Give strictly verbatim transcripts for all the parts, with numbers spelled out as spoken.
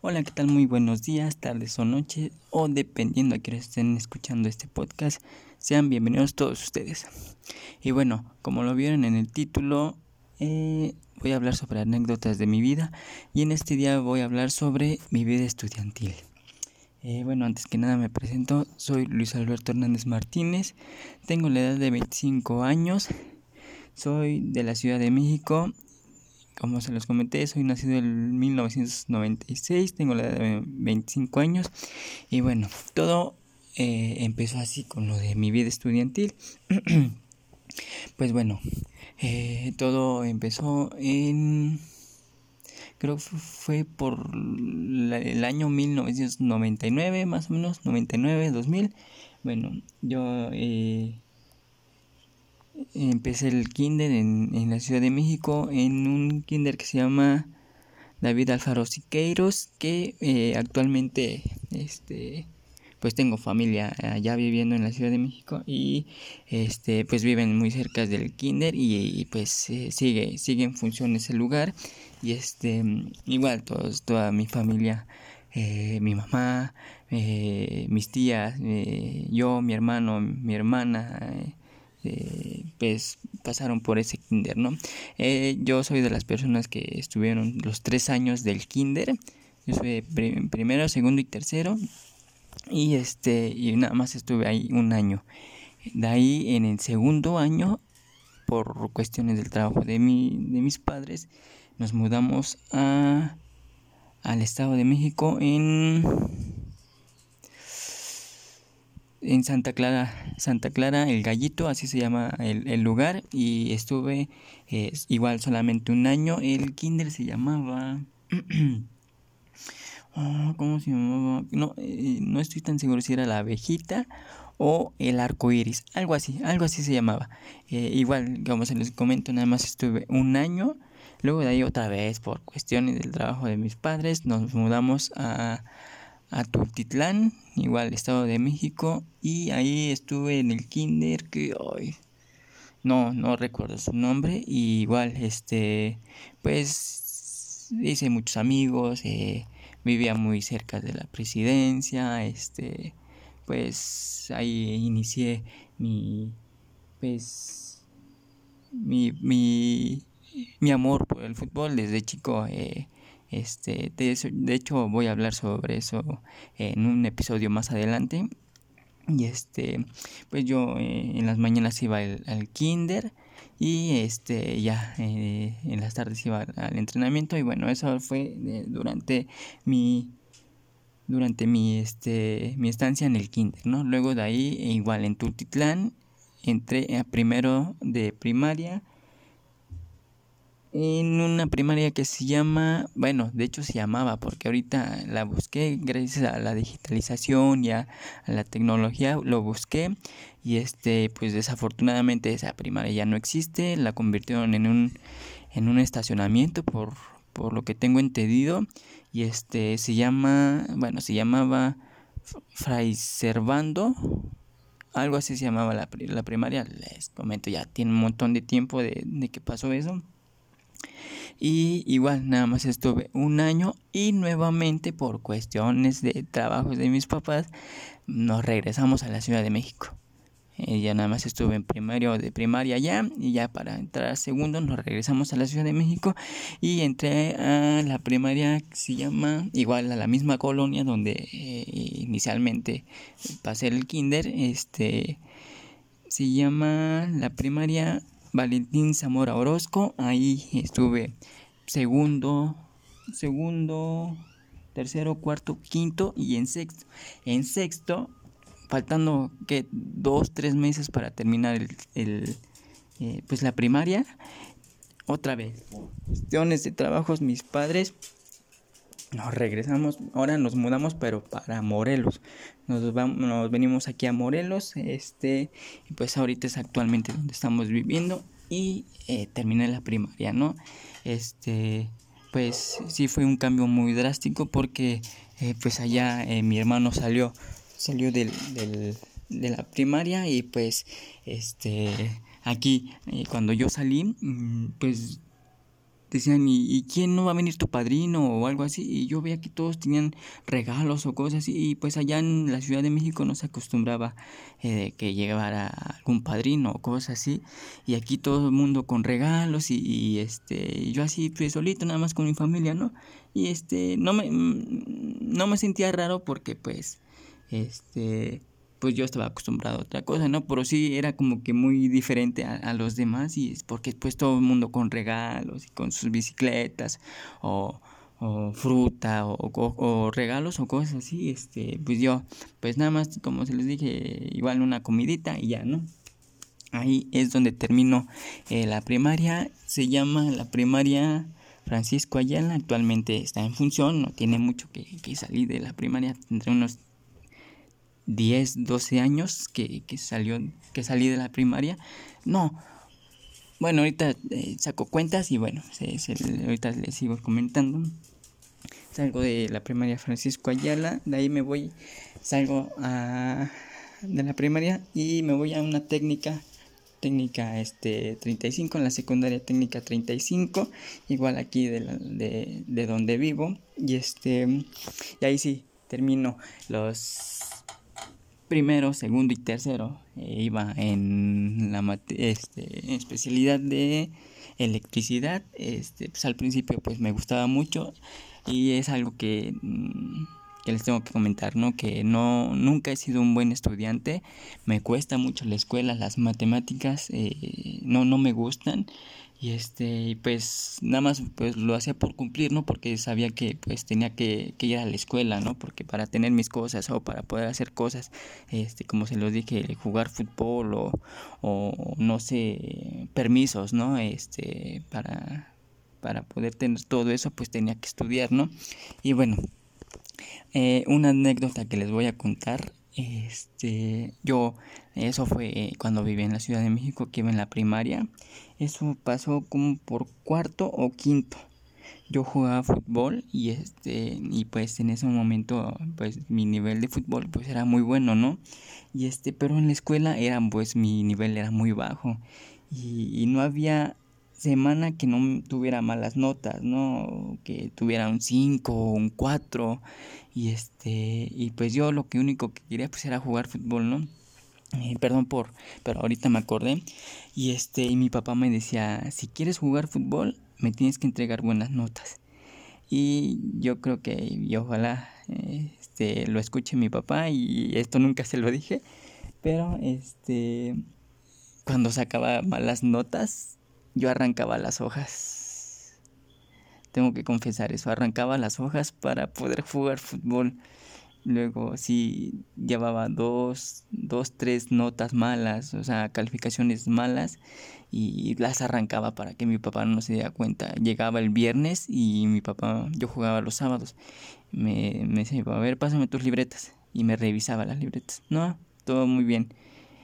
Hola, ¿qué tal? Muy buenos días, tardes o noches, o dependiendo a qué hora estén escuchando este podcast, sean bienvenidos todos ustedes. Y bueno, como lo vieron en el título, eh, voy a hablar sobre anécdotas de mi vida y en este día voy a hablar sobre mi vida estudiantil. Eh, bueno, antes que nada me presento, soy Luis Alberto Hernández Martínez, tengo la edad de veinticinco años, soy de la Ciudad de México. Como se los comenté, soy nacido en mil novecientos noventa y seis, tengo la edad de veinticinco años y bueno, todo eh, empezó así con lo de mi vida estudiantil. Pues bueno, eh, todo empezó en, creo que fue por la, el año mil novecientos noventa y nueve, más o menos, noventa y nueve, dos mil. Bueno, yo eh, empecé el kinder en, en la Ciudad de México, en un kinder que se llama David Alfaro Siqueiros, que eh, actualmente este pues tengo familia allá viviendo en la Ciudad de México y este pues viven muy cerca del kinder y, y pues eh, sigue sigue en función ese lugar y este igual todos toda mi familia, eh, mi mamá, eh, mis tías, eh, yo, mi hermano, mi hermana, eh, eh, pues pasaron por ese kinder, ¿no? Eh, yo soy de las personas que estuvieron los tres años del kinder. Yo soy prim- primero, segundo y tercero. Y este, y nada más estuve ahí un año. De ahí en el segundo año, por cuestiones del trabajo de mi, de mis padres, nos mudamos a al Estado de México en en Santa Clara, Santa Clara, El Gallito, así se llama el, el lugar, y estuve eh, igual solamente un año. El kinder se llamaba oh, ¿cómo se llamaba? No, eh, no estoy tan seguro si era La Abejita o El Arco Iris, algo así, algo así se llamaba. Eh, igual, como se les comento, nada más estuve un año. Luego de ahí otra vez, por cuestiones del trabajo de mis padres, nos mudamos a a Tultitlán, igual Estado de México, y ahí estuve en el kinder que hoy no no recuerdo su nombre, y igual este pues hice muchos amigos, eh, vivía muy cerca de la presidencia, este pues ahí inicié mi pues mi mi mi amor por el fútbol desde chico. eh, este, de, eso, de hecho voy a hablar sobre eso en un episodio más adelante. Y este, pues yo eh, en las mañanas iba al, al kinder y este ya eh, en las tardes iba al entrenamiento y bueno, eso fue eh, durante mi durante mi este mi estancia en el kinder, ¿no? Luego de ahí igual en Tultitlán entré a primero de primaria en una primaria que se llama, bueno, de hecho se llamaba porque ahorita la busqué gracias a la digitalización y a, a la tecnología, lo busqué y este, pues desafortunadamente esa primaria ya no existe, la convirtieron en un, en un estacionamiento por, por lo que tengo entendido y este se llama, bueno, se llamaba Fray Servando, algo así se llamaba la, la primaria, les comento, ya tiene un montón de tiempo de, de que pasó eso. Y igual nada más estuve un año y nuevamente por cuestiones de trabajos de mis papás nos regresamos a la Ciudad de México. Eh, ya nada más estuve en primario de primaria allá y ya para entrar a segundo nos regresamos a la Ciudad de México y entré a la primaria que se llama igual a la misma colonia donde eh, inicialmente pasé el kinder, este se llama la primaria Valentín Zamora Orozco. Ahí estuve segundo, segundo, tercero, cuarto, quinto y en sexto. En sexto, faltando que dos, tres meses para terminar el, el eh, pues la primaria. Otra vez, por cuestiones de trabajos, mis padres nos regresamos, ahora nos mudamos pero para Morelos, nos, vamos, nos venimos aquí a Morelos, este, y pues ahorita es actualmente donde estamos viviendo y eh, terminé la primaria, ¿no? Este, pues sí fue un cambio muy drástico porque eh, pues allá eh, mi hermano salió, salió del, del, de la primaria y pues este, aquí eh, cuando yo salí, pues decían, ¿y, ¿y quién no va a venir tu padrino? O algo así, y yo veía que todos tenían regalos o cosas así, y pues allá en la Ciudad de México no se acostumbraba eh, que llegara algún padrino o cosas así, y aquí todo el mundo con regalos, y, y este, y yo así pues solito, nada más con mi familia, ¿no? Y este, no me, no me sentía raro porque pues, este... pues yo estaba acostumbrado a otra cosa, ¿no? Pero sí era como que muy diferente a, a los demás, y es porque pues todo el mundo con regalos y con sus bicicletas o, o fruta o, o, o regalos o cosas así, este, pues yo, pues nada más como se les dije, igual una comidita y ya, ¿no? Ahí es donde termino eh, la primaria, se llama la primaria Francisco Ayala, actualmente está en función, no tiene mucho que, que salir de la primaria, tendré unos diez, doce años que, que salió que salí de la primaria. No, bueno, ahorita eh, saco cuentas y bueno, se, se, ahorita les sigo comentando. Salgo de la primaria Francisco Ayala, de ahí me voy, salgo a, de la primaria y me voy a una técnica, técnica este treinta y cinco, en la secundaria técnica treinta y cinco, igual aquí de, la, de, de donde vivo, y este, y ahí sí, termino los primero, segundo y tercero. Eh, iba en la mate- este, especialidad de electricidad. Este, pues al principio pues me gustaba mucho, y es algo que, mm, que les tengo que comentar, ¿no? Que no, nunca he sido un buen estudiante. Me cuesta mucho la escuela, las matemáticas, eh, no, no me gustan. Y este, pues nada más pues lo hacía por cumplir, ¿no? Porque sabía que pues tenía que, que ir a la escuela, ¿no? Porque para tener mis cosas o para poder hacer cosas, este, como se los dije, jugar fútbol o, o no sé, permisos, ¿no? Este, para, para poder tener todo eso, pues tenía que estudiar, ¿no? Y bueno, eh, una anécdota que les voy a contar, este, yo, eso fue cuando viví en la Ciudad de México, que iba en la primaria. Eso pasó como por cuarto o quinto. Yo jugaba fútbol y este, y pues en ese momento, pues mi nivel de fútbol pues era muy bueno, ¿no? Y este, pero en la escuela era, pues mi nivel era muy bajo, y, y no había semana que no tuviera malas notas, ¿no? Que tuviera un cinco o un cuatro, y este, y pues yo lo que único que quería pues era jugar fútbol, ¿no? Eh, perdón por, pero ahorita me acordé, y este, y mi papá me decía, si quieres jugar fútbol, me tienes que entregar buenas notas. Y yo creo que, y ojalá eh, este, lo escuche mi papá, y esto nunca se lo dije, pero este, cuando sacaba malas notas, yo arrancaba las hojas. Tengo que confesar eso, arrancaba las hojas para poder jugar fútbol. Luego sí llevaba dos, dos, tres notas malas, o sea, calificaciones malas, y las arrancaba para que mi papá no se diera cuenta. Llegaba el viernes y mi papá, yo jugaba los sábados, me, me decía, a ver, pásame tus libretas, y me revisaba las libretas. No, todo muy bien.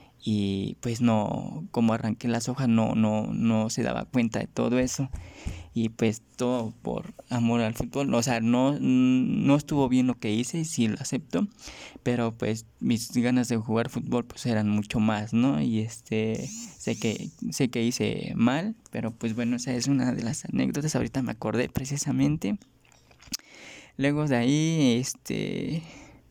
Y pues no, como arranqué las hojas, no, no, no se daba cuenta de todo eso, y pues todo por amor al fútbol. O sea, no, no estuvo bien lo que hice, sí lo acepto, pero pues mis ganas de jugar fútbol pues eran mucho más, ¿no? Y este, sé que, sé que hice mal, pero pues bueno, esa es una de las anécdotas, ahorita me acordé precisamente. Luego de ahí, este,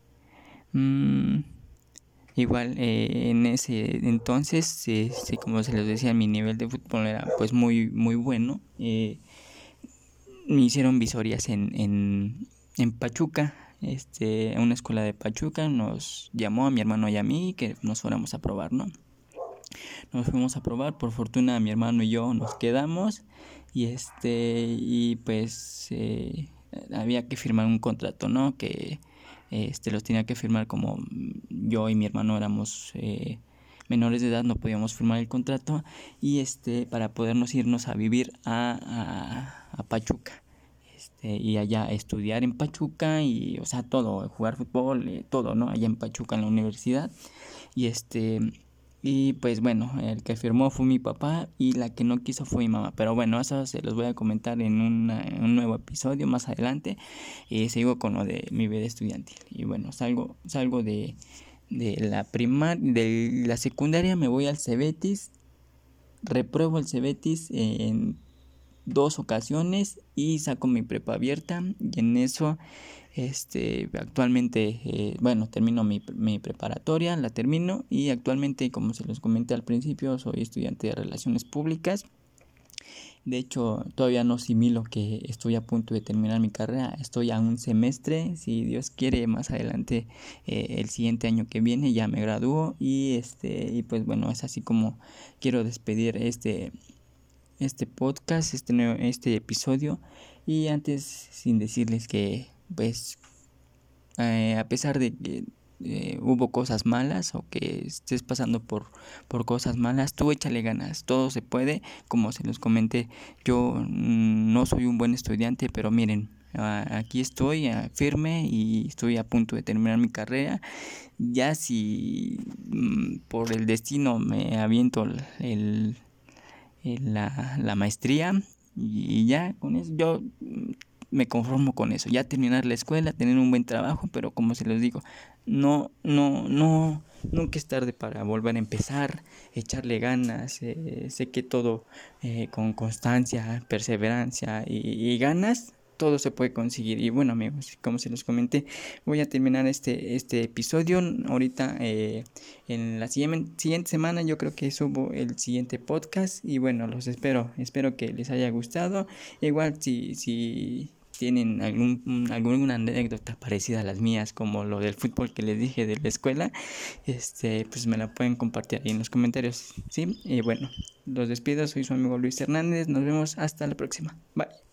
mmm, igual eh, en ese entonces, este, como se les decía, mi nivel de fútbol era pues muy, muy bueno. Eh, me hicieron visorías en, en, en Pachuca, este, una escuela de Pachuca nos llamó a mi hermano y a mí que nos fuéramos a probar, ¿no? Nos fuimos a probar, por fortuna mi hermano y yo nos quedamos, y este, y pues eh, había que firmar un contrato, ¿no? Que este los tenía que firmar, como yo y mi hermano éramos eh, menores de edad, no podíamos firmar el contrato, y este, para podernos irnos a vivir a, a, a Pachuca. Este, y allá estudiar en Pachuca, y o sea todo, jugar fútbol, eh, todo, ¿no? Allá en Pachuca en la universidad. Y este, y pues bueno, el que firmó fue mi papá y la que no quiso fue mi mamá. Pero bueno, eso se los voy a comentar en, una, en un nuevo episodio más adelante. Y sigo con lo de mi vida estudiantil. Y bueno, salgo, salgo de, de la primaria, de la secundaria, me voy al Cebetis, repruebo el Cebetis en dos ocasiones y saco mi prepa abierta, y en eso este actualmente eh, bueno termino mi, mi preparatoria, la termino, y actualmente, como se los comenté al principio, soy estudiante de relaciones públicas. De hecho, todavía no asimilo que estoy a punto de terminar mi carrera. Estoy a un semestre. Si Dios quiere, más adelante, eh, el siguiente año que viene, ya me gradúo. Y este, y pues bueno, es así como quiero despedir este, este podcast, este nuevo, este episodio. Y antes, sin decirles que, pues, eh, a pesar de que eh, hubo cosas malas o que estés pasando por, por cosas malas, tú échale ganas, todo se puede. Como se los comenté, yo mm, no soy un buen estudiante, pero miren, aquí estoy uh, firme, y estoy a punto de terminar mi carrera. Ya si mm, por el destino me aviento el, el, el la, la maestría, y ya con eso yo mm, me conformo con eso, ya terminar la escuela, tener un buen trabajo. Pero como se los digo, no, no, no, nunca es tarde para volver a empezar, echarle ganas. Eh, sé que todo eh, con constancia, perseverancia y, y ganas, todo se puede conseguir. Y bueno, amigos, como se los comenté, voy a terminar este, este episodio ahorita. Eh, en la siguiente, siguiente semana yo creo que subo el siguiente podcast, y bueno, los espero, espero que les haya gustado. Igual si, si tienen algún, alguna anécdota parecida a las mías, como lo del fútbol que les dije de la escuela, este, pues me la pueden compartir ahí en los comentarios, ¿sí? Y bueno, los despido, soy su amigo Luis Hernández, nos vemos hasta la próxima, bye.